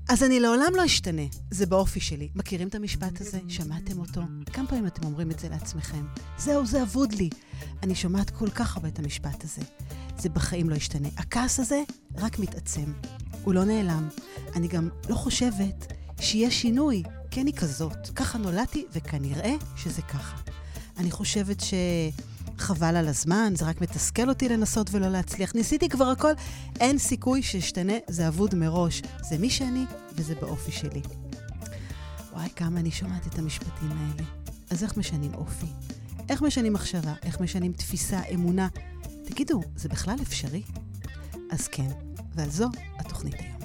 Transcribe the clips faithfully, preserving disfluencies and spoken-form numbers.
אז אני לעולם לא אשתנה, זה באופי שלי. מכירים את המשפט הזה? שמעתם אותו? כמה פעמים אתם אומרים את זה לעצמכם? זהו, זה אבוד לי. אני שומעת כל כך הרבה את המשפט הזה. זה בחיים לא ישתנה. הכעס הזה רק מתעצם. הוא לא נעלם. אני גם לא חושבת שיהיה שינוי, כי אני כזאת. ככה נולדתי וכנראה שזה ככה. אני חושבת שחבל על הזמן, זה רק מתסכל אותי לנסות ולא להצליח. ניסיתי כבר הכל, אין סיכוי ששתנה, זה אבוד מראש. זה מי שאני וזה באופי שלי. וואי, כמה אני שומעת את המשפטים האלה. אז איך משנים אופי? איך משנים מחשבה? איך משנים תפיסה, אמונה? תגידו, זה בכלל אפשרי? אז כן, ועל זו התוכנית היום.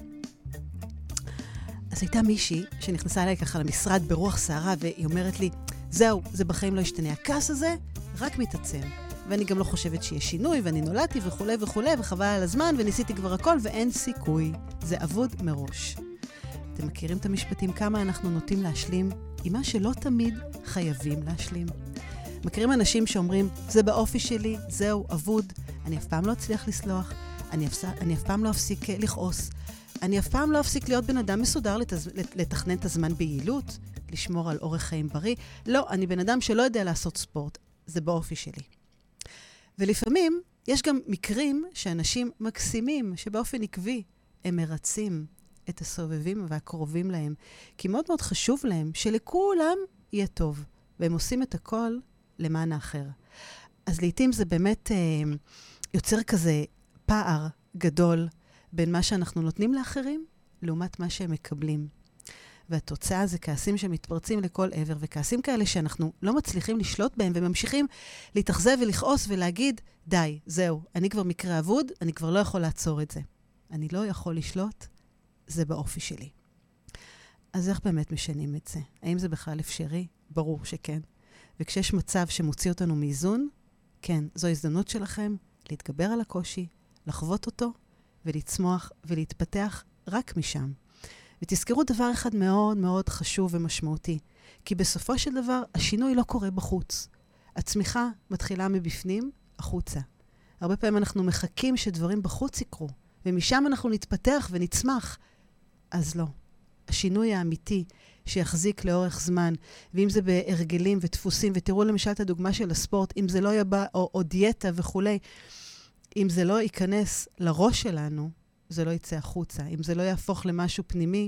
אז הייתה מישהי שנכנסה אליי ככה למשרד ברוח שערה, והיא אומרת לי, זהו, זה בחיים לא ישתנה. הכעס הזה רק מתעצם. ואני גם לא חושבת שיש שינוי, ואני נולדתי וכו' וכו', וחבל על הזמן, וניסיתי כבר הכל, ואין סיכוי. זה אבוד מראש. אתם מכירים את המשפטים כמה אנחנו נוטים להשלים עם מה שלא תמיד חייבים להשלים. מכירים אנשים שאומרים, זה באופי שלי, זהו, אבוד, אני אף פעם לא אצליח לסלוח, אני אף, אני אף פעם לא אפסיק לכעוס, אני אף פעם לא אפסיק להיות בן אדם מסודר לתז... לתכנן את הזמן ביעילות, לשמור על אורח חיים בריא. לא, אני בן אדם שלא יודע לעשות ספורט, זה באופי שלי. ולפעמים יש גם מקרים שאנשים מקסימים, שבאופן עקבי הם מרצים את הסובבים והקרובים להם, כי מאוד מאוד חשוב להם שלכולם יהיה טוב, והם עושים את הכל למען האחר. אז לעתים זה באמת אה, יוצר כזה פער גדול בין מה שאנחנו נותנים לאחרים, לעומת מה שהם מקבלים. והתוצאה זה כעסים שמתפרצים לכל עבר, וכעסים כאלה שאנחנו לא מצליחים לשלוט בהם, וממשיכים להתאכזב ולכעוס ולהגיד, די, זהו, אני כבר מקרה אבוד, אני כבר לא יכול לעצור את זה. אני לא יכול לשלוט, זה באופי שלי. אז איך באמת משנים את זה? האם זה בכלל אפשרי? ברור שכן. וכשיש מצב שמוציא אותנו מאיזון, כן, זו הזדמנות שלכם להתגבר על הקושי, לחוות אותו, ולצמוח ולהתפתח רק משם. ותזכרו דבר אחד מאוד מאוד חשוב ומשמעותי, כי בסופו של דבר השינוי לא קורה בחוץ. הצמיחה מתחילה מבפנים, החוצה. הרבה פעמים אנחנו מחכים שדברים בחוץ יקרו, ומשם אנחנו נתפתח ונצמח. אז לא. השינוי האמיתי שיחזיק לאורך זמן, ואם זה בהרגלים ודפוסים, ותראו למשל את הדוגמה של הספורט, אם זה לא יבא, או, או דיאטה וכולי, אם זה לא ייכנס לראש שלנו, זה לא יצא החוצה. אם זה לא יהפוך למשהו פנימי,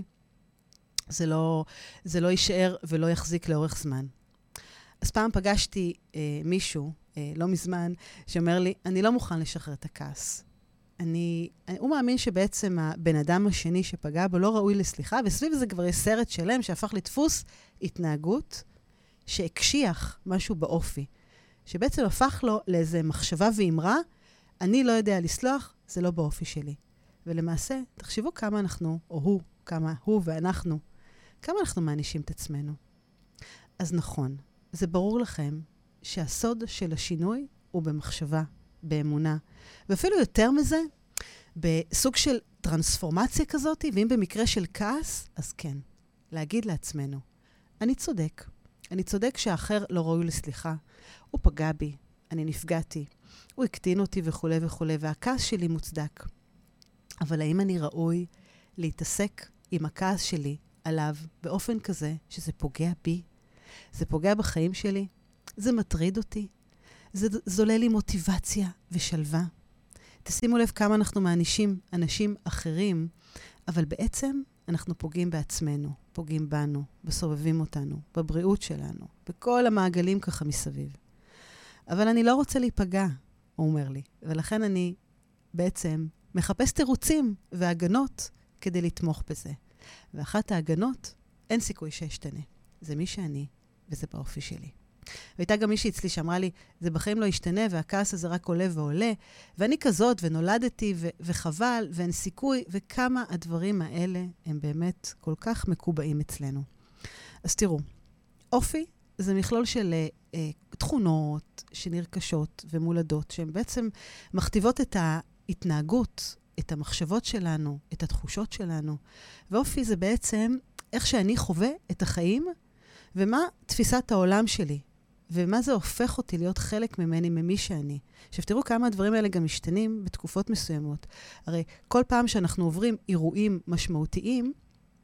זה לא, זה לא יישאר ולא יחזיק לאורך זמן. אז פעם פגשתי אה, מישהו, אה, לא מזמן, שאומר לי, אני לא מוכן לשחרר את הכעס. אני, אני, הוא מאמין שבעצם הבן אדם השני שפגע בו לא ראוי לסליחה, וסביב זה כבר יש סרט שלם שהפך לדפוס התנהגות שהקשיח משהו באופי, שבעצם הפך לו לאיזה מחשבה ואמרה, אני לא יודע לסלוח, זה לא באופי שלי. ולמעשה, תחשבו כמה אנחנו, או הוא, כמה הוא ואנחנו, כמה אנחנו מענישים את עצמנו. אז נכון, זה ברור לכם שהסוד של השינוי הוא במחשבה, באמונה. ואפילו יותר מזה, בסוג של טרנספורמציה כזאת, ואם במקרה של כעס, אז כן, להגיד לעצמנו, אני צודק. אני צודק שהאחר לא ראוי לסליחה. הוא פגע בי, אני נפגעתי, הוא הקטין אותי וכו' וכו', והכעס שלי מוצדק. אבל האם אני ראוי להתעסק עם הכעס שלי עליו באופן כזה שזה פוגע בי? זה פוגע בחיים שלי? זה מטריד אותי? זה זולל לי מוטיבציה ושלווה? תשימו לב כמה אנחנו מענישים אנשים אחרים, אבל בעצם אנחנו פוגעים בעצמנו, פוגעים בנו, בסובבים אותנו, בבריאות שלנו, בכל המעגלים ככה מסביב. אבל אני לא רוצה להיפגע, הוא אומר לי, ולכן אני בעצם מחפש תירוצים והגנות כדי לתמוך בזה. ואחת ההגנות, אין סיכוי שישתנה. זה מי שאני, וזה באופי שלי. והייתה גם מישהי אצלי שאמרה לי, זה בחיים לא ישתנה, והכעס הזה רק עולה ועולה, ואני כזאת, ונולדתי, ו- וחבל, ואין סיכוי, וכמה הדברים האלה הם באמת כל כך מקובעים אצלנו. אז תראו, אופי זה מכלול של אה, תכונות שנרכשות ומולדות, שהן בעצם מכתיבות את ההתנהגות, את המחשבות שלנו, את התחושות שלנו. ואופי זה בעצם איך שאני חווה את החיים, ומה תפיסת העולם שלי, ומה זה הופך אותי להיות חלק ממני, ממי שאני. עכשיו, תראו כמה הדברים האלה גם משתנים בתקופות מסוימות. הרי כל פעם שאנחנו עוברים אירועים משמעותיים,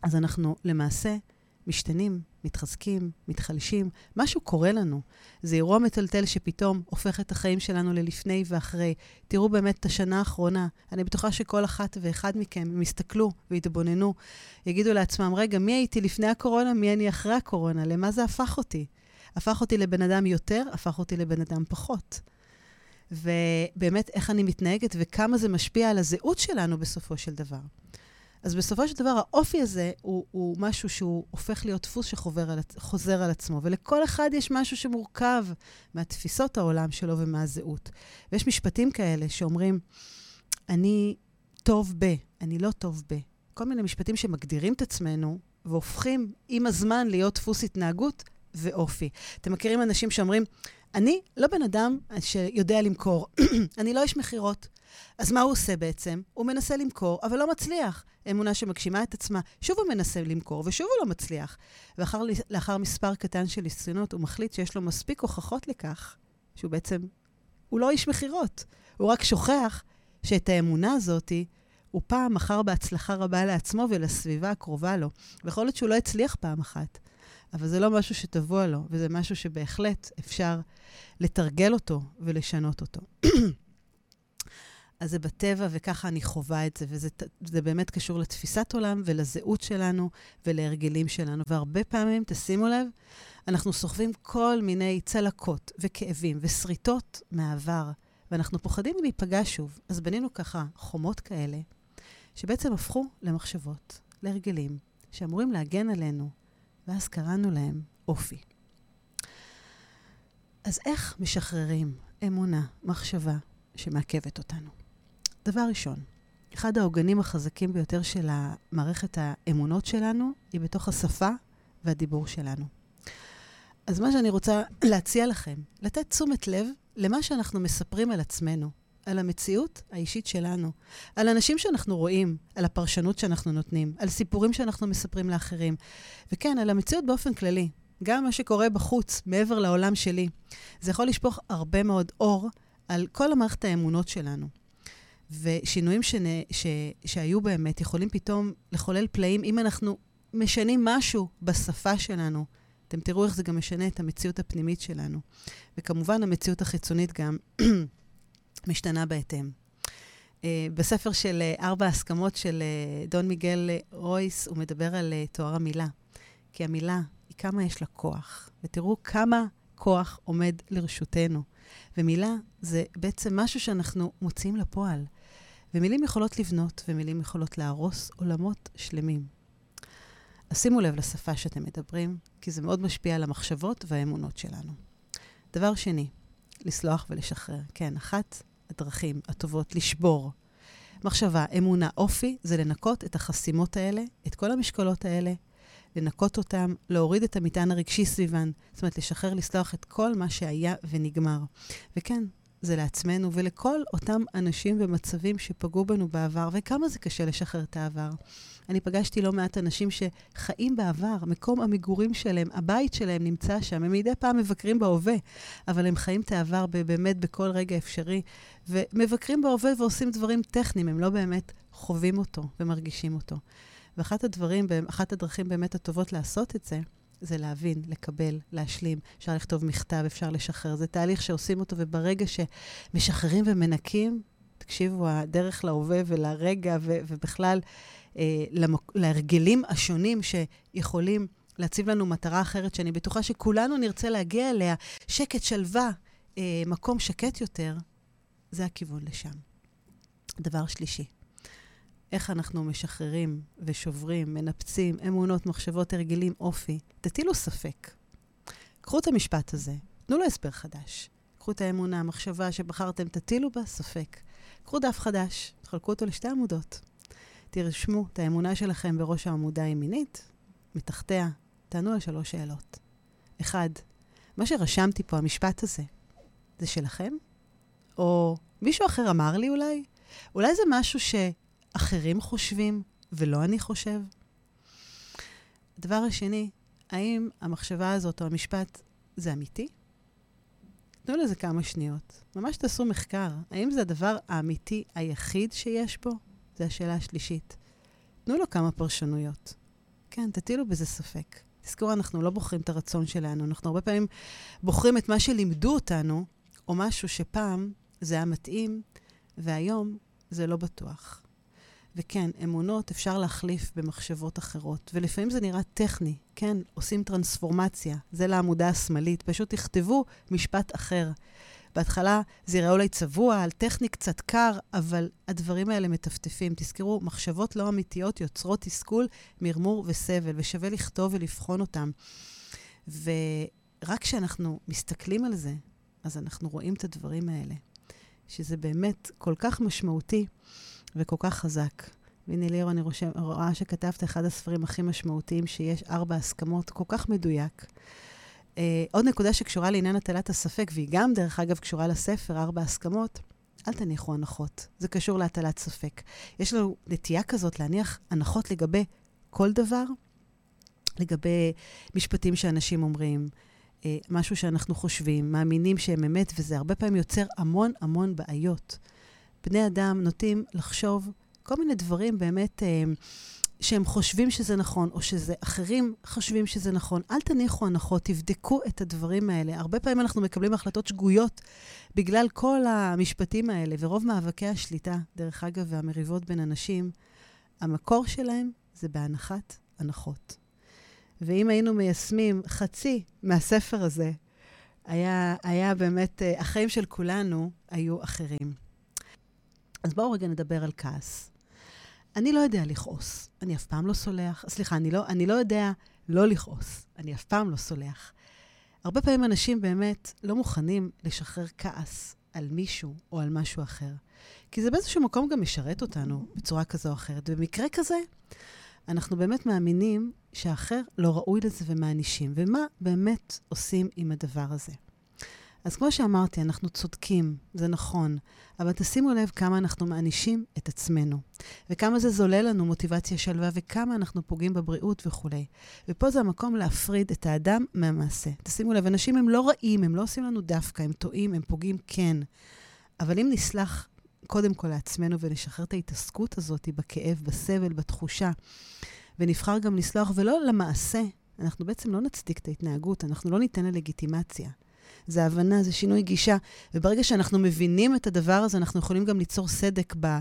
אז אנחנו למעשה משתנים, מתחזקים, מתחלשים, משהו קורה לנו. זה אירוע מטלטל שפתאום הופך את החיים שלנו ללפני ואחרי. תראו באמת את השנה האחרונה. אני בטוחה שכל אחת ואחד מכם, הם יסתכלו ויתבוננו, יגידו לעצמם, רגע, מי הייתי לפני הקורונה, מי אני אחרי הקורונה? למה זה הפך אותי? הפך אותי לבן אדם יותר, הפך אותי לבן אדם פחות. ובאמת איך אני מתנהגת וכמה זה משפיע על הזהות שלנו בסופו של דבר. אז בסופו של דבר, האופי הזה הוא, הוא משהו שהוא הופך להיות דפוס שחוזר על עצמו, ולכל אחד יש משהו שמורכב מהתפיסות העולם שלו ומהזהות. ויש משפטים כאלה שאומרים, אני טוב ב, אני לא טוב ב. כל מיני משפטים שמגדירים את עצמנו, והופכים עם הזמן להיות דפוס התנהגות ואופי. אתם מכירים אנשים שאומרים, אני לא בן אדם שיודע למכור, אני לא איש מחירות. אז מה הוא עושה בעצם? הוא מנסה למכור, אבל לא מצליח. אמונה שמגשימה את עצמה, שוב הוא מנסה למכור, ושוב הוא לא מצליח. ואחר לאחר מספר קטן של ניסיונות, הוא מחליט שיש לו מספיק הוכחות לכך, שהוא בעצם, הוא לא איש מחירות. הוא רק שוכח שאת האמונה הזאת, הוא פעם אחר בהצלחה רבה לעצמו ולסביבה הקרובה לו. ויכול להיות שהוא לא הצליח פעם אחת. אבל זה לא משהו שטבוע לו, וזה משהו שבהחלט אפשר לתרגל אותו ולשנות אותו. אז זה בטבע, וככה אני חווה את זה, וזה זה באמת קשור לתפיסת עולם ולזהות שלנו ולהרגלים שלנו. והרבה פעמים, תשימו לב, אנחנו סוחבים כל מיני צלקות וכאבים ושריטות מהעבר, ואנחנו פוחדים להיפגע שוב. אז בנינו ככה חומות כאלה, שבעצם הפכו למחשבות, להרגלים, שאמורים להגן עלינו, ואז קראנו להם אופי. אז איך משחררים אמונה, מחשבה, שמעכבת אותנו? דבר ראשון, אחד העוגנים החזקים ביותר של מערכת האמונות שלנו, היא בתוך השפה והדיבור שלנו. אז מה שאני רוצה להציע לכם, לתת תשומת לב למה שאנחנו מספרים על עצמנו, על המציאות האישית שלנו, על אנשים שאנחנו רואים, על הפרשנות שאנחנו נותנים, על סיפורים שאנחנו מספרים לאחרים, וכן, על המציאות באופן כללי, גם מה שקורה בחוץ, מעבר לעולם שלי. זה יכול לשפוך הרבה מאוד אור על כל המערכת האמונות שלנו. ושינויים שנ... ש... שהיו באמת יכולים פתאום לחולל פלאים אם אנחנו משנים משהו בשפה שלנו. אתם תראו איך זה גם משנה את המציאות הפנימית שלנו. וכמובן המציאות החיצונית גם משתנה בהתאם. Uh, בספר של uh, ארבע הסכמות של uh, דון מיגל רויס, הוא מדבר על uh, תואר המילה. כי המילה היא כמה יש לה כוח. ותראו כמה כוח עומד לרשותנו. ומילה זה בעצם משהו שאנחנו מוציאים לפועל. ומילים יכולות לבנות, ומילים יכולות להרוס עולמות שלמים. אז שימו לב לשפה שאתם מדברים, כי זה מאוד משפיע על המחשבות והאמונות שלנו. דבר שני, לסלוח ולשחרר. כן, אחת הדרכים הטובות לשבור. מחשבה, אמונה, אופי, זה לנקות את החסימות האלה, את כל המשקולות האלה, לנקות אותם, להוריד את המטען הרגשי סביבן, זאת אומרת, לשחרר, לסלוח את כל מה שהיה ונגמר. וכן, זה לעצמנו ולכל אותם אנשים ומצבים שפגעו בנו בעבר, וכמה זה קשה לשחרר את העבר. אני פגשתי לא מעט אנשים שחיים בעבר, מקום המגורים שלהם, הבית שלהם נמצא שם, הם מדי פעם מבקרים בהווה, אבל הם חיים את העבר באמת בכל רגע אפשרי, ומבקרים בהווה ועושים דברים טכניים, הם לא באמת חווים אותו ומרגישים אותו. ואחת הדברים, אחת הדרכים באמת הטובות לעשות את זה, זה להבין, לקבל, להשלים. אפשר לכתוב מכתב, אפשר לשחרר. זה תהליך שעושים אותו, וברגע שמשחררים ומנקים, תקשיבו, הדרך להווה ולרגע, ו- ובכלל אה, למק- להרגלים השונים שיכולים להציב לנו מטרה אחרת, שאני בטוחה שכולנו נרצה להגיע אליה, שקט, שלווה, אה, מקום שקט יותר, זה הכיוון לשם. דבר שלישי. איך אנחנו משחררים ושוברים, מנפצים, אמונות, מחשבות, הרגלים, אופי. תטילו ספק. קחו את המשפט הזה, תנו לו הסבר חדש. קחו את האמונה, המחשבה שבחרתם, תטילו בה ספק. קחו דף חדש, תחלקו אותו לשתי עמודות. תרשמו את האמונה שלכם בראש העמודה הימינית, מתחתיה, תענו על שלוש שאלות. אחד, מה שרשמתי פה, המשפט הזה, זה שלכם? או מישהו אחר אמר לי אולי? אולי זה משהו ש... אחרים חושבים, ולא אני חושב. הדבר השני, האם המחשבה הזאת או המשפט זה אמיתי? תנו לזה כמה שניות. ממש תעשו מחקר. האם זה הדבר האמיתי היחיד שיש בו? זו השאלה השלישית. תנו לו כמה פרשנויות. כן, תטילו בזה ספק. תזכרו, אנחנו לא בוחרים את הרצון שלנו, אנחנו הרבה פעמים בוחרים את מה שלימדו אותנו, או משהו שפעם זה היה מתאים, והיום זה לא בטוח. וכן, אמונות אפשר להחליף במחשבות אחרות, ולפעמים זה נראה טכני, כן, עושים טרנספורמציה, זה לעמודה השמאלית, פשוט תכתבו משפט אחר. בהתחלה זה יראה אולי צבוע, על טכני קצת קר, אבל הדברים האלה מטפטפים. תזכרו, מחשבות לא אמיתיות יוצרות תסכול, מרמור וסבל, ושווה לכתוב ולבחון אותם. ורק כשאנחנו מסתכלים על זה, אז אנחנו רואים את הדברים האלה, שזה באמת כל כך משמעותי וכל כך חזק. והנה ליאור, אני רושם, רואה שכתבת אחד הספרים הכי משמעותיים שיש, ארבע הסכמות, כל כך מדויק. Uh, עוד נקודה שקשורה לעניין הטלת הספק, והיא גם דרך אגב קשורה לספר, ארבע הסכמות, אל תניחו הנחות. זה קשור להטלת ספק. יש לנו נטייה כזאת להניח הנחות לגבי כל דבר, לגבי משפטים שאנשים אומרים, uh, משהו שאנחנו חושבים, מאמינים שהם אמת, וזה הרבה פעמים יוצר המון המון בעיות. בני אדם נוטים לחשוב כל מיני דברים באמת uh, שהם חושבים שזה נכון, או שזה אחרים חושבים שזה נכון. אל תניחו הנחות, תבדקו את הדברים האלה. הרבה פעמים אנחנו מקבלים החלטות שגויות בגלל כל המשפטים האלה, ורוב מאבקי השליטה, דרך אגב, והמריבות בין אנשים, המקור שלהם זה בהנחת הנחות. ואם היינו מיישמים חצי מהספר הזה, היה, היה באמת, החיים של כולנו היו אחרים. אז בואו רגע נדבר על כעס. אני לא יודע לכעוס. אני אף פעם לא סולח. סליחה, אני לא, אני לא יודע לא לכעוס. אני אף פעם לא סולח. הרבה פעמים אנשים באמת לא מוכנים לשחרר כעס על מישהו או על משהו אחר. כי זה באיזשהו מקום גם משרת אותנו בצורה כזו או אחרת. ובמקרה כזה, אנחנו באמת מאמינים שהאחר לא ראוי לזה ומענישים. ומה באמת עושים עם הדבר הזה? אז כמו שאמרתי, אנחנו צודקים, זה נכון, אבל תשימו לב כמה אנחנו מענישים את עצמנו, וכמה זה זולל לנו מוטיבציה שלווה, וכמה אנחנו פוגעים בבריאות וכו'. ופה זה המקום להפריד את האדם מהמעשה. תשימו לב, אנשים הם לא רעים, הם לא עושים לנו דווקא, הם טועים, הם פוגעים כן. אבל אם נסלח קודם כל לעצמנו ונשחרר את ההתעסקות הזאת בכאב, בסבל, בתחושה, ונבחר גם לסלוח ולא למעשה, אנחנו בעצם לא נצדיק את ההתנהגות, אנחנו לא ניתן ללגיטימציה. זה הבנה, זה שינוי גישה, וברגע שאנחנו מבינים את הדבר הזה, אנחנו יכולים גם ליצור סדק ב,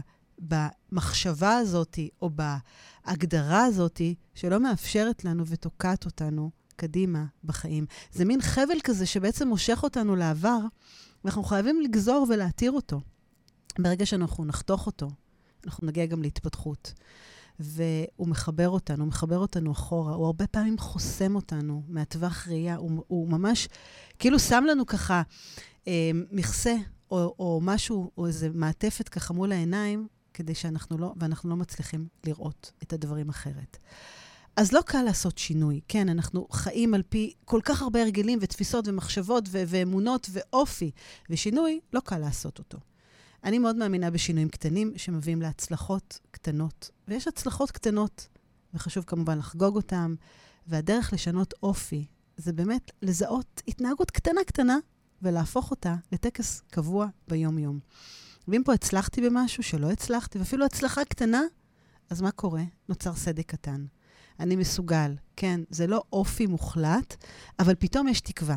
במחשבה הזאת, או בהגדרה הזאת, שלא מאפשרת לנו ותוקעת אותנו קדימה בחיים. זה מין חבל כזה שבעצם מושך אותנו לעבר, ואנחנו חייבים לגזור ולהתיר אותו. ברגע שאנחנו נחתוך אותו, אנחנו נגיע גם להתפתחות. והוא מחבר אותנו, הוא מחבר אותנו אחורה, הוא הרבה פעמים חוסם אותנו מהטווח ראייה, הוא, הוא ממש כאילו שם לנו ככה אה, מכסה או, או משהו, או איזה מעטפת ככה מול העיניים, כדי שאנחנו לא, ואנחנו לא מצליחים לראות את הדברים אחרת. אז לא קל לעשות שינוי, כן, אנחנו חיים על פי כל כך הרבה הרגלים ותפיסות ומחשבות ו- ואמונות ואופי, ושינוי לא קל לעשות אותו. אני מאוד מאמינה בשינויים קטנים שמביאים להצלחות קטנות. ויש הצלחות קטנות, וחשוב כמובן לחגוג אותם, והדרך לשנות אופי זה באמת לזהות התנהגות קטנה קטנה, ולהפוך אותה לטקס קבוע ביום-יום. ואם פה הצלחתי במשהו שלא הצלחתי, ואפילו הצלחה קטנה, אז מה קורה? נוצר סדק קטן. אני מסוגל, כן, זה לא אופי מוחלט, אבל פתאום יש תקווה.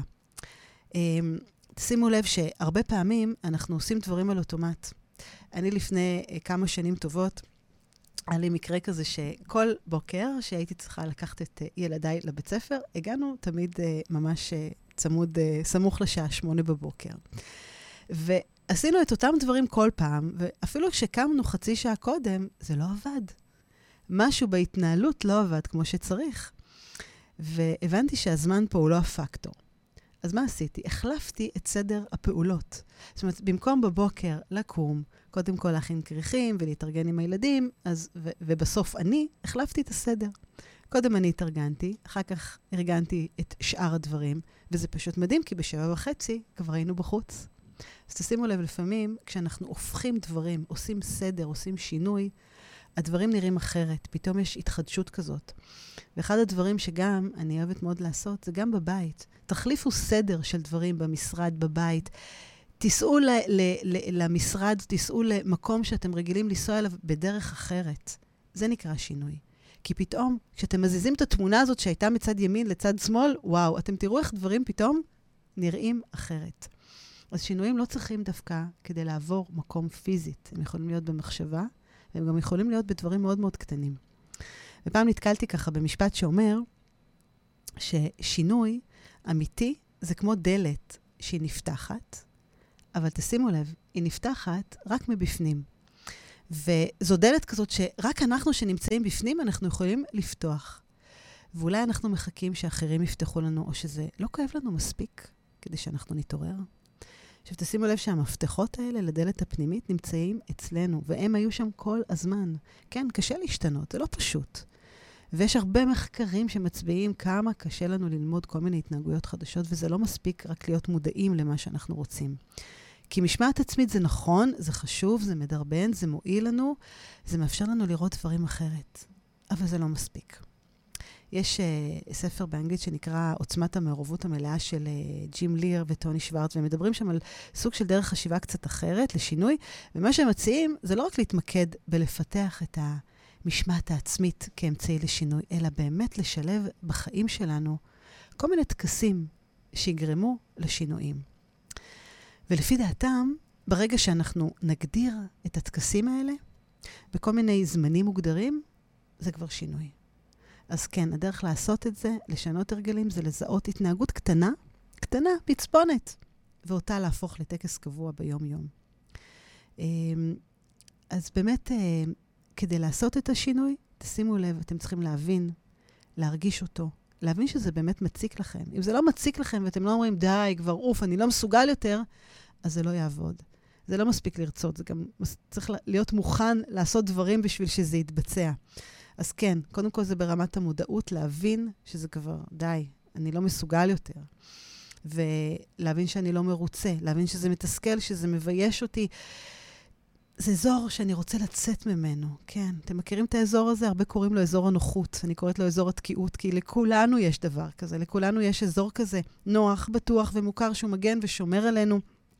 שימו לב שהרבה פעמים אנחנו עושים דברים על אוטומט. אני לפני כמה שנים טובות, היה לי מקרה כזה שכל בוקר שהייתי צריכה לקחת את ילדיי לבית ספר, הגענו תמיד ממש צמוד, סמוך לשעה שמונה בבוקר. ועשינו את אותם דברים כל פעם, ואפילו כשקמנו חצי שעה קודם, זה לא עבד. משהו בהתנהלות לא עבד כמו שצריך. והבנתי שהזמן פה הוא לא הפקטור. אז מה עשיתי? החלפתי את סדר הפעולות. זאת אומרת, במקום בבוקר לקום, קודם כל להכין כריכים ולהתארגן עם הילדים, אז, ו, ובסוף אני החלפתי את הסדר. קודם אני התארגנתי, אחר כך ארגנתי את שאר הדברים, וזה פשוט מדהים, כי בשבע וחצי כבר היינו בחוץ. אז תשימו לב, לפעמים, כשאנחנו הופכים דברים, עושים סדר, עושים שינוי, הדברים נראים אחרת, פתאום יש התחדשות כזאת. ואחד הדברים שגם אני אוהבת מאוד לעשות, זה גם בבית. תחליפו סדר של דברים במשרד, בבית. תיסעו ל- ל- ל- למשרד, תיסעו למקום שאתם רגילים לנסוע אליו בדרך אחרת. זה נקרא שינוי. כי פתאום, כשאתם מזיזים את התמונה הזאת שהייתה מצד ימין לצד שמאל, וואו, אתם תראו איך דברים פתאום נראים אחרת. אז שינויים לא צריכים דווקא כדי לעבור מקום פיזית. הם יכולים להיות במחשבה, והם גם יכולים להיות בדברים מאוד מאוד קטנים. ופעם נתקלתי ככה במשפט שאומר, ששינוי אמיתי זה כמו דלת שהיא נפתחת, אבל תשימו לב, היא נפתחת רק מבפנים. וזו דלת כזאת שרק אנחנו שנמצאים בפנים, אנחנו יכולים לפתוח. ואולי אנחנו מחכים שאחרים יפתחו לנו, או שזה לא כואב לנו מספיק כדי שאנחנו נתעורר. עכשיו תשימו לב שהמפתחות האלה לדלת הפנימית נמצאים אצלנו, והם היו שם כל הזמן. כן, קשה להשתנות, זה לא פשוט. ויש הרבה מחקרים שמצביעים כמה קשה לנו ללמוד כל מיני התנהגויות חדשות, וזה לא מספיק רק להיות מודעים למה שאנחנו רוצים. כי משמעת עצמית זה נכון, זה חשוב, זה מדרבן, זה מועיל לנו, זה מאפשר לנו לראות דברים אחרת. אבל זה לא מספיק. יש uh, ספר באנגלית שנקרא עוצמת המעורבות המלאה של uh, ג'ים ליר וטוני שוורץ, והם מדברים שם על סוג של דרך חשיבה קצת אחרת, לשינוי, ומה שהם מציעים זה לא רק להתמקד בלפתח את המשמעת העצמית כאמצעי לשינוי, אלא באמת לשלב בחיים שלנו כל מיני תקסים שיגרמו לשינויים. ולפי דעתם, ברגע שאנחנו נגדיר את התקסים האלה, בכל מיני זמנים מוגדרים, זה כבר שינוי. אז כן, הדרך לעשות את זה, לשנות הרגלים, זה לזהות התנהגות קטנה, קטנה, פצפונת, ואותה להפוך לטקס קבוע ביום-יום. אז באמת, כדי לעשות את השינוי, תשימו לב, אתם צריכים להבין, להרגיש אותו, להבין שזה באמת מציק לכם. אם זה לא מציק לכם ואתם לא אומרים, די, כבר אוף, אני לא מסוגל יותר, אז זה לא יעבוד. זה לא מספיק לרצות, זה גם צריך להיות מוכן לעשות דברים בשביל שזה יתבצע. אז כן, קודם כל זה ברמת המודעות, להבין שזה כבר, די, אני לא מסוגל יותר. ולהבין שאני לא מרוצה, להבין שזה מתסכל, שזה מבייש אותי. זה אזור שאני רוצה לצאת ממנו, כן. אתם מכירים את האזור הזה? הרבה קוראים לו אזור הנוחות. אני קוראת לו אזור התקיעות, כי לכולנו יש דבר כזה. לכולנו יש אזור כזה נוח, בטוח ומוכר שהוא מגן ושומר עלינו.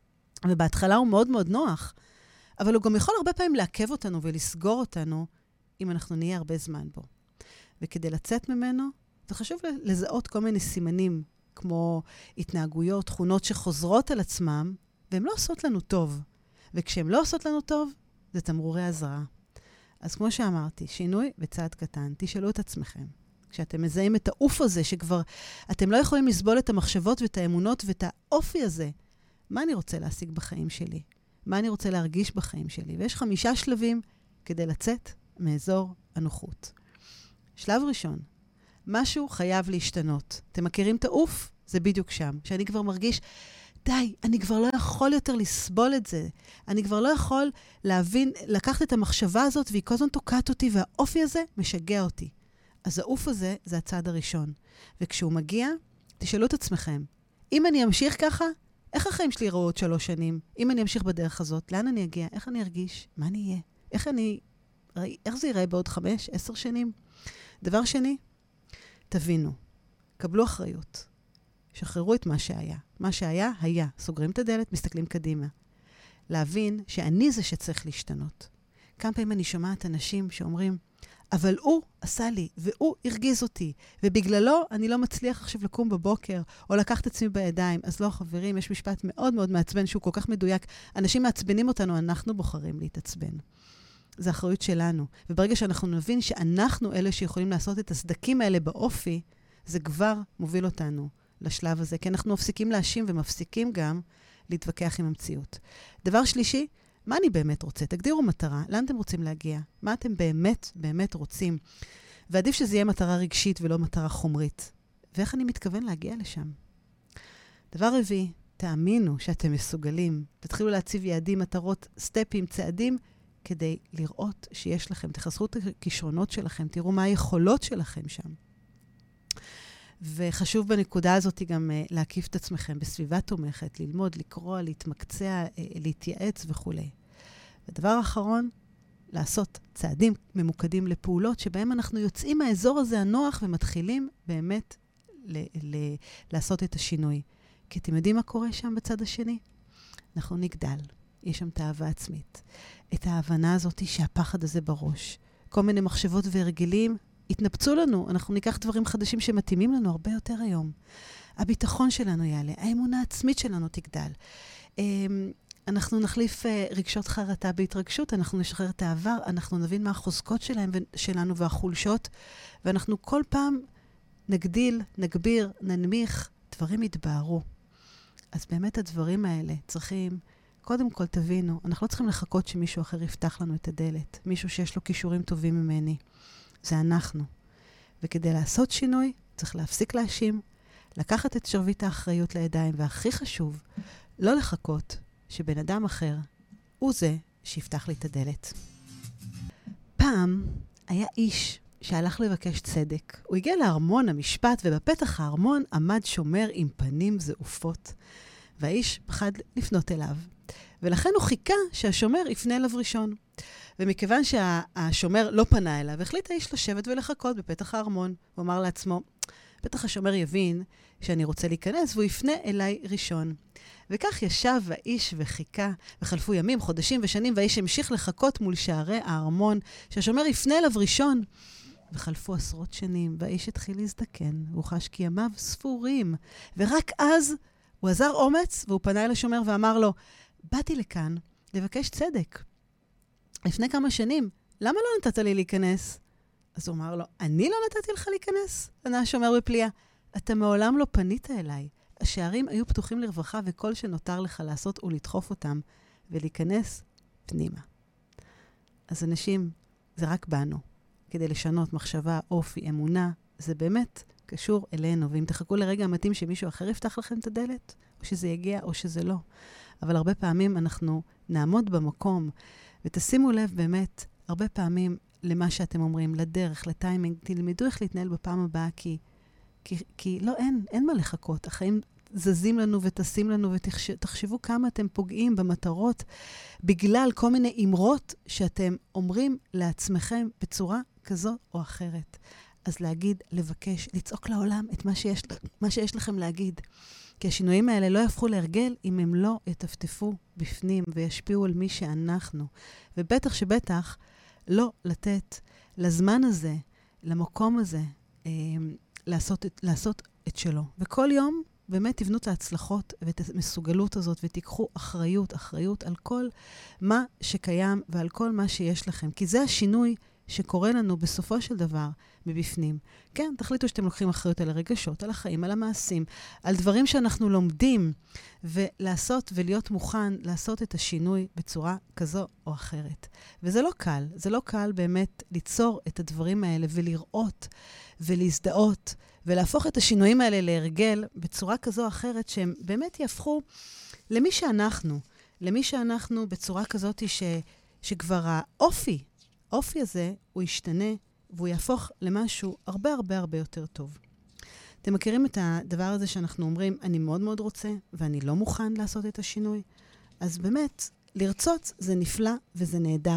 ובהתחלה הוא מאוד מאוד נוח. אבל הוא גם יכול הרבה פעמים לעכב אותנו ולסגור אותנו, אם אנחנו נהיה הרבה זמן בו. וכדי לצאת ממנו, זה חשוב לזהות כל מיני סימנים, כמו התנהגויות, תכונות שחוזרות על עצמם, והן לא עושות לנו טוב. וכשהן לא עושות לנו טוב, זה תמרורי אזהרה. אז כמו שאמרתי, שינוי בצעד קטן, תשאלו את עצמכם. כשאתם מזהים את העוף הזה, שכבר אתם לא יכולים לסבול את המחשבות ואת האמונות ואת האופי הזה, מה אני רוצה להשיג בחיים שלי? מה אני רוצה להרגיש בחיים שלי? ויש חמישה שלבים כדי לצאת מאזור הנוחות. שלב ראשון, משהו חייב להשתנות. אתם מכירים את העוף? זה בדיוק שם. שאני כבר מרגיש, די, אני כבר לא יכול יותר לסבול את זה. אני כבר לא יכול להבין, לקחת את המחשבה הזאת, והיא כל הזמן תוקעת אותי, והאופי הזה משגע אותי. אז העוף הזה, זה הצעד הראשון. וכשהוא מגיע, תשאלו את עצמכם, אם אני אמשיך ככה, איך החיים שלי יראו עוד שלוש שנים? אם אני אמשיך בדרך הזאת, לאן אני אגיע? איך אני ארגיש? מה אני אהיה? איך אני... איך זה ייראה בעוד חמש, עשר שנים? דבר שני, תבינו, קבלו אחריות. שחררו את מה שהיה. מה שהיה, היה. סוגרים את הדלת, מסתכלים קדימה. להבין שאני זה שצריך להשתנות. כמה פעמים אני שומעת אנשים שאומרים, אבל הוא עשה לי, והוא הרגיז אותי, ובגללו אני לא מצליח עכשיו לקום בבוקר, או לקחת עצמי בידיים. אז לא, חברים, יש משפט מאוד מאוד מעצבן, שהוא כל כך מדויק. אנשים מעצבנים אותנו, אנחנו בוחרים להתעצבן. זה אחריות שלנו. וברגע שאנחנו נבין שאנחנו אלה שיכולים לעשות את הסדקים האלה באופי, זה כבר מוביל אותנו לשלב הזה, כי אנחנו מפסיקים להאשים ומפסיקים גם להתווכח עם המציאות. דבר שלישי, מה אני באמת רוצה? תגדירו מטרה, לאן אתם רוצים להגיע? מה אתם באמת, באמת רוצים? ועדיף שזה יהיה מטרה רגשית ולא מטרה חומרית. ואיך אני מתכוון להגיע לשם? דבר רביעי, תאמינו שאתם מסוגלים. תתחילו להציב יעדים, מטרות, סטפים, צעדים, כדי לראות שיש לכם. תחסכו את הכישרונות שלכם, תראו מה היכולות שלכם שם. וחשוב בנקודה הזאת גם uh, להקיף את עצמכם בסביבה תומכת, ללמוד, לקרוא, להתמקצע, uh, להתייעץ וכו'. ודבר האחרון, לעשות צעדים ממוקדים לפעולות שבהם אנחנו יוצאים מהאזור הזה הנוח ומתחילים באמת ל- ל- לעשות את השינוי. כי אתם יודעים מה קורה שם בצד השני? אנחנו נגדל. יש שם את האהבה עצמית. את ההבנה הזאת שהפחד הזה בראש. כל מיני מחשבות והרגלים יתנפצו לנו, אנחנו ניקח דברים חדשים שמתאימים לנו הרבה יותר היום. הביטחון שלנו יעלה, האמונה העצמית שלנו תגדל. אנחנו נחליף רגשות חרטה בהתרגשות, אנחנו נשחרר את העבר, אנחנו נבין מה החוזקות שלהם, שלנו והחולשות, ואנחנו כל פעם נגדיל, נגביר, ננמיך, דברים יתבהרו. אז באמת הדברים האלה צריכים, קודם כל תבינו, אנחנו לא צריכים לחכות שמישהו אחר יפתח לנו את הדלת, מישהו שיש לו כישורים טובים ממני. זה אנחנו. וכדי לעשות שינוי, צריך להפסיק להאשים, לקחת את שרביט האחריות לידיים, והכי חשוב, לא לחכות שבן אדם אחר הוא זה שיפתח לי את הדלת. פעם היה איש שהלך לבקש צדק. הוא הגיע לארמון המשפט, ובפתח הארמון עמד שומר עם פנים זעופות. והאיש פחד לפנות אליו. ולכן הוא חיכה שהשומר יפנה אליו ראשון. ומכיוון שהשומר לא פנה אליו, החליט האיש לשבת ולחכות בפתח הארמון. הוא אמר לעצמו, בטח השומר יבין שאני רוצה להיכנס, והוא יפנה אליי ראשון. וכך ישב האיש וחיכה, וחלפו ימים, חודשים ושנים, והאיש המשיך לחכות מול שערי הארמון, שהשומר יפנה אליו ראשון. וחלפו עשרות שנים, והאיש התחיל להזדקן, והוא חש כי ימיו ספורים. ורק אז הוא עזר אומץ, והוא פנה אל השומר ואמר לו, באתי לכאן לבקש צדק. לפני כמה שנים, למה לא נתת לי להיכנס? אז הוא אמר לו, אני לא נתתי לך להיכנס? ענה השומר בפליאה, אתה מעולם לא פנית אליי. השערים היו פתוחים לרווחה, וכל שנותר לך לעשות הוא לדחוף אותם, ולהיכנס פנימה. אז אנשים, זה רק בנו. כדי לשנות מחשבה, אופי, אמונה, זה באמת קשור אלינו. ואם תחכו לרגע המתאים שמישהו אחר יפתח לכם את הדלת, או שזה יגיע או שזה לא. אבל הרבה פעמים אנחנו נעמוד במקום, ותשימו לב באמת, הרבה פעמים למה שאתם אומרים, לדרך, לטיימינג, תלמדו איך להתנהל בפעם הבאה, כי, כי, כי לא, אין, אין מה לחכות. החיים זזים לנו וטסים לנו, ותחשבו כמה אתם פוגעים במטרות, בגלל כל מיני אמרות שאתם אומרים לעצמכם בצורה כזו או אחרת. אז להגיד, לבקש, לצעוק לעולם את מה שיש, מה שיש לכם להגיד. כי השינויים האלה לא יהפכו להרגל אם הם לא יטפטפו בפנים וישפיעו על מי שאנחנו. ובטח שבטח לא לתת לזמן הזה, למקום הזה, אה, לעשות, לעשות את שלו. וכל יום באמת תבנו את ההצלחות ואת המסוגלות הזאת, ותיקחו אחריות, אחריות על כל מה שקיים ועל כל מה שיש לכם. כי זה השינוי שקורה לנו בסופו של דבר מבפנים. כן, תחליטו שאתם לוקחים אחריות על הרגשות, על החיים, על המעשים, על דברים שאנחנו לומדים, ולעשות ולהיות מוכן לעשות את השינוי בצורה כזו או אחרת. וזה לא קל, זה לא קל באמת ליצור את הדברים האלה ולראות ולהזדהות, ולהפוך את השינויים האלה להרגל בצורה כזו או אחרת, שהם באמת יהפכו למי שאנחנו, למי שאנחנו בצורה כזאת ש, שכבר האופי, האופי הזה הוא ישתנה, והוא יהפוך למשהו הרבה הרבה הרבה יותר טוב. אתם מכירים את הדבר הזה שאנחנו אומרים, אני מאוד מאוד רוצה, ואני לא מוכן לעשות את השינוי? אז באמת, לרצות זה נפלא וזה נהדר,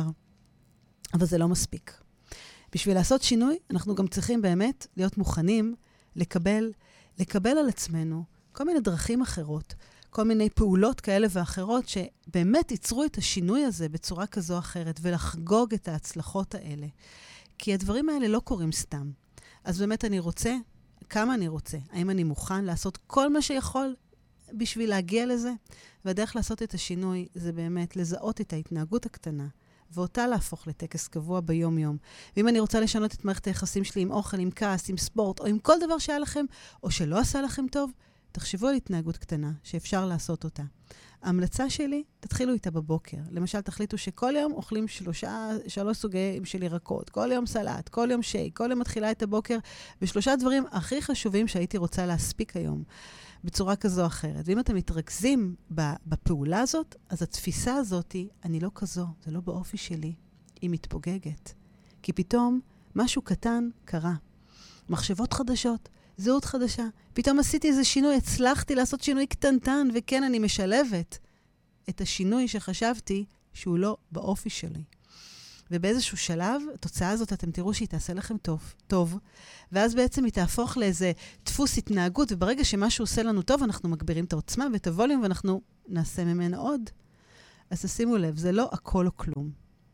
אבל זה לא מספיק. בשביל לעשות שינוי, אנחנו גם צריכים באמת להיות מוכנים לקבל, לקבל על עצמנו כל מיני דרכים אחרות, כל מיני פעולות כאלה ואחרות שבאמת ייצרו את השינוי הזה בצורה כזו או אחרת, ולחגוג את ההצלחות האלה. כי הדברים האלה לא קורים סתם. אז באמת אני רוצה, כמה אני רוצה? האם אני מוכן לעשות כל מה שיכול בשביל להגיע לזה? והדרך לעשות את השינוי זה באמת לזהות את ההתנהגות הקטנה, ואותה להפוך לטקס קבוע ביום-יום. ואם אני רוצה לשנות את מערכת היחסים שלי עם אוכל, עם כעס, עם ספורט, או עם כל דבר שהיה לכם, או שלא עשה לכם טוב, תחשבו על התנהגות קטנה שאפשר לעשות אותה. ההמלצה שלי, תתחילו איתה בבוקר. למשל, תחליטו שכל יום אוכלים שלושה, שלוש סוגים של ירקות, כל יום סלט, כל יום שייק, כל יום מתחילה את הבוקר, בשלושה דברים הכי חשובים שהייתי רוצה להספיק היום, בצורה כזו או אחרת. ואם אתם מתרכזים בפעולה הזאת, אז התפיסה הזאת היא, אני לא כזו, זה לא באופי שלי, היא מתפוגגת. כי פתאום משהו קטן קרה. מחשבות חדשות, זהות חדשה. פתאום עשיתי איזה שינוי, הצלחתי לעשות שינוי קטנטן, וכן, אני משלבת את השינוי שחשבתי שהוא לא באופי שלי. ובאיזשהו שלב, התוצאה הזאת, אתם תראו שהיא תעשה לכם טוב, טוב, ואז בעצם היא תהפוך לאיזה דפוס התנהגות, וברגע שמשהו עושה לנו טוב, אנחנו מגבירים את העוצמה ואת הווליום, ואנחנו נעשה ממנו עוד. אז תשימו לב, זה לא הכל או כלום.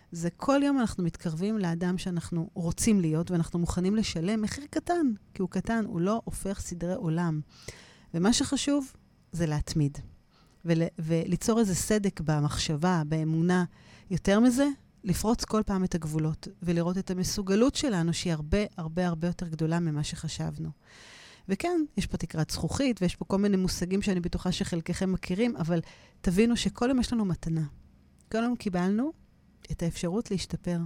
זה כל יום אנחנו מתקרבים לאדם שאנחנו רוצים להיות, ואנחנו מוכנים לשלם מחיר קטן, כי הוא קטן, הוא לא הופך סדרי עולם. ומה שחשוב זה להתמיד, ול, וליצור איזה סדק במחשבה, באמונה. יותר מזה, לפרוץ כל פעם את הגבולות, ולראות את המסוגלות שלנו, שהיא הרבה הרבה הרבה יותר גדולה ממה שחשבנו. וכן, יש פה תקרת זכוכית, ויש פה כל מיני מושגים שאני בטוחה שחלקכם מכירים, אבל תבינו שכל יום יש לנו מתנה. כל יום קיבלנו את האפשרות להשתפר.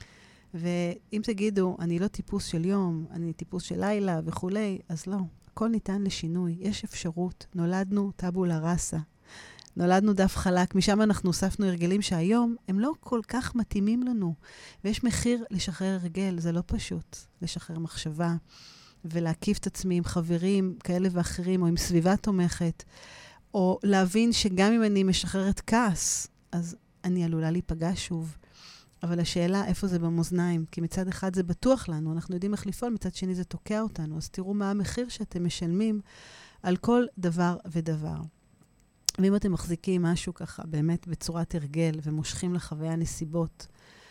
ואם תגידו, אני לא טיפוס של יום, אני טיפוס של לילה וכולי, אז לא. הכל ניתן לשינוי. יש אפשרות. נולדנו טאבולה ראסה. נולדנו דף חלק. משם אנחנו הוספנו הרגלים שהיום הם לא כל כך מתאימים לנו. ויש מחיר לשחרר הרגל. זה לא פשוט. לשחרר מחשבה ולהקיף את עצמי עם חברים כאלה ואחרים, או עם סביבה תומכת, או להבין שגם אם אני משחררת כעס, אז אני עלולה להיפגע שוב. אבל השאלה איפה זה במאזניים, כי מצד אחד זה בטוח לנו, אנחנו יודעים איך לפעול, מצד שני זה תוקע אותנו, אז תראו מה המחיר שאתם משלמים על כל דבר ודבר. ואם אתם מחזיקים משהו ככה, באמת בצורת הרגל, ומושכים לחוויה נסיבות,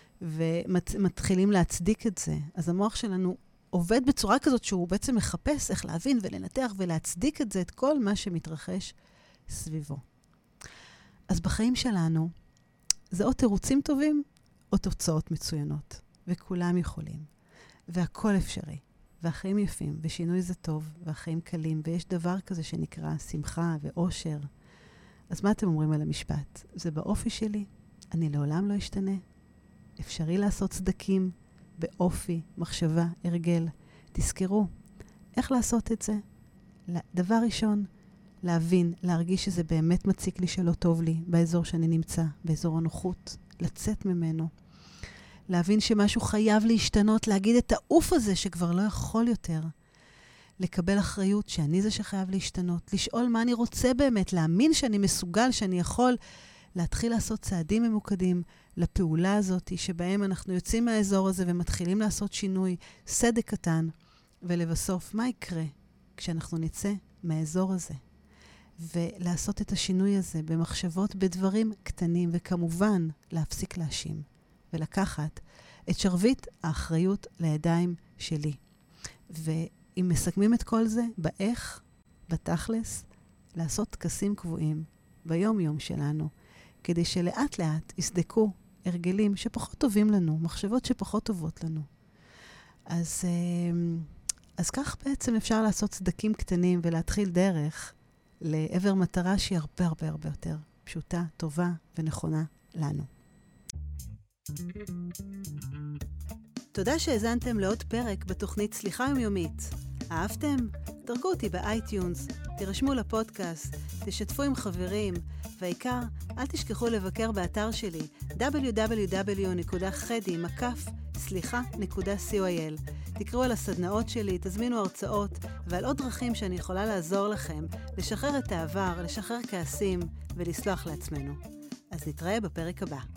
ומתחילים להצדיק את זה, אז המוח שלנו עובד בצורה כזאת שהוא בעצם מחפש איך להבין ולנתח ולהצדיק את זה, את כל מה שמתרחש סביבו. אז בחיים שלנו, זה או תירוצים טובים, או תוצאות מצוינות. וכולם יכולים. והכל אפשרי. והחיים יפים, ושינוי זה טוב, והחיים קלים, ויש דבר כזה שנקרא שמחה ואושר. אז מה אתם אומרים על המשפט? זה באופי שלי, אני לעולם לא אשתנה. אפשרי לעשות צדקים באופי, מחשבה, הרגל. תזכרו, איך לעשות את זה? דבר ראשון, להבין, להרגיש שזה באמת מציק לי שלא טוב לי באזור שאני נמצא, באזור הנוחות, לצאת ממנו. להבין שמשהו חייב להשתנות, להגיד את העוף הזה שכבר לא יכול יותר. לקבל אחריות שאני זה שחייב להשתנות, לשאול מה אני רוצה באמת, להאמין שאני מסוגל, שאני יכול להתחיל לעשות צעדים ממוקדים לפעולה הזאת, שבהם אנחנו יוצאים מהאזור הזה ומתחילים לעשות שינוי, סדק קטן, ולבסוף מה יקרה כשאנחנו נצא מהאזור הזה. ולעשות את השינוי הזה במחשבות, בדברים קטנים, וכמובן להפסיק להאשים, ולקחת את שרביט האחריות לידיים שלי. ואם מסכמים את כל זה, באיך, בתכלס, לעשות טקסים קבועים ביום יום שלנו, כדי שלאט לאט יסדקו הרגלים שפחות טובים לנו, מחשבות שפחות טובות לנו. אז, אז כך בעצם אפשר לעשות צדקים קטנים ולהתחיל דרך לעבר מטרה שהיא הרבה הרבה הרבה יותר פשוטה, טובה ונכונה לנו. תודה שהזנתם לעוד פרק בתוכנית סליחה יומיומית. אהבתם? דרגו אותי באייטיונס, תירשמו לפודקאסט, תשתפו עם חברים, והעיקר, אל תשכחו לבקר באתר שלי דאבליו דאבליו דאבליו נקודה חדי מקף סליחה נקודה סי או איי אל. תקראו על הסדנאות שלי, תזמינו הרצאות, ועל עוד דרכים שאני יכולה לעזור לכם לשחרר את העבר, לשחרר כעסים ולסלוח לעצמנו. אז נתראה בפרק הבא.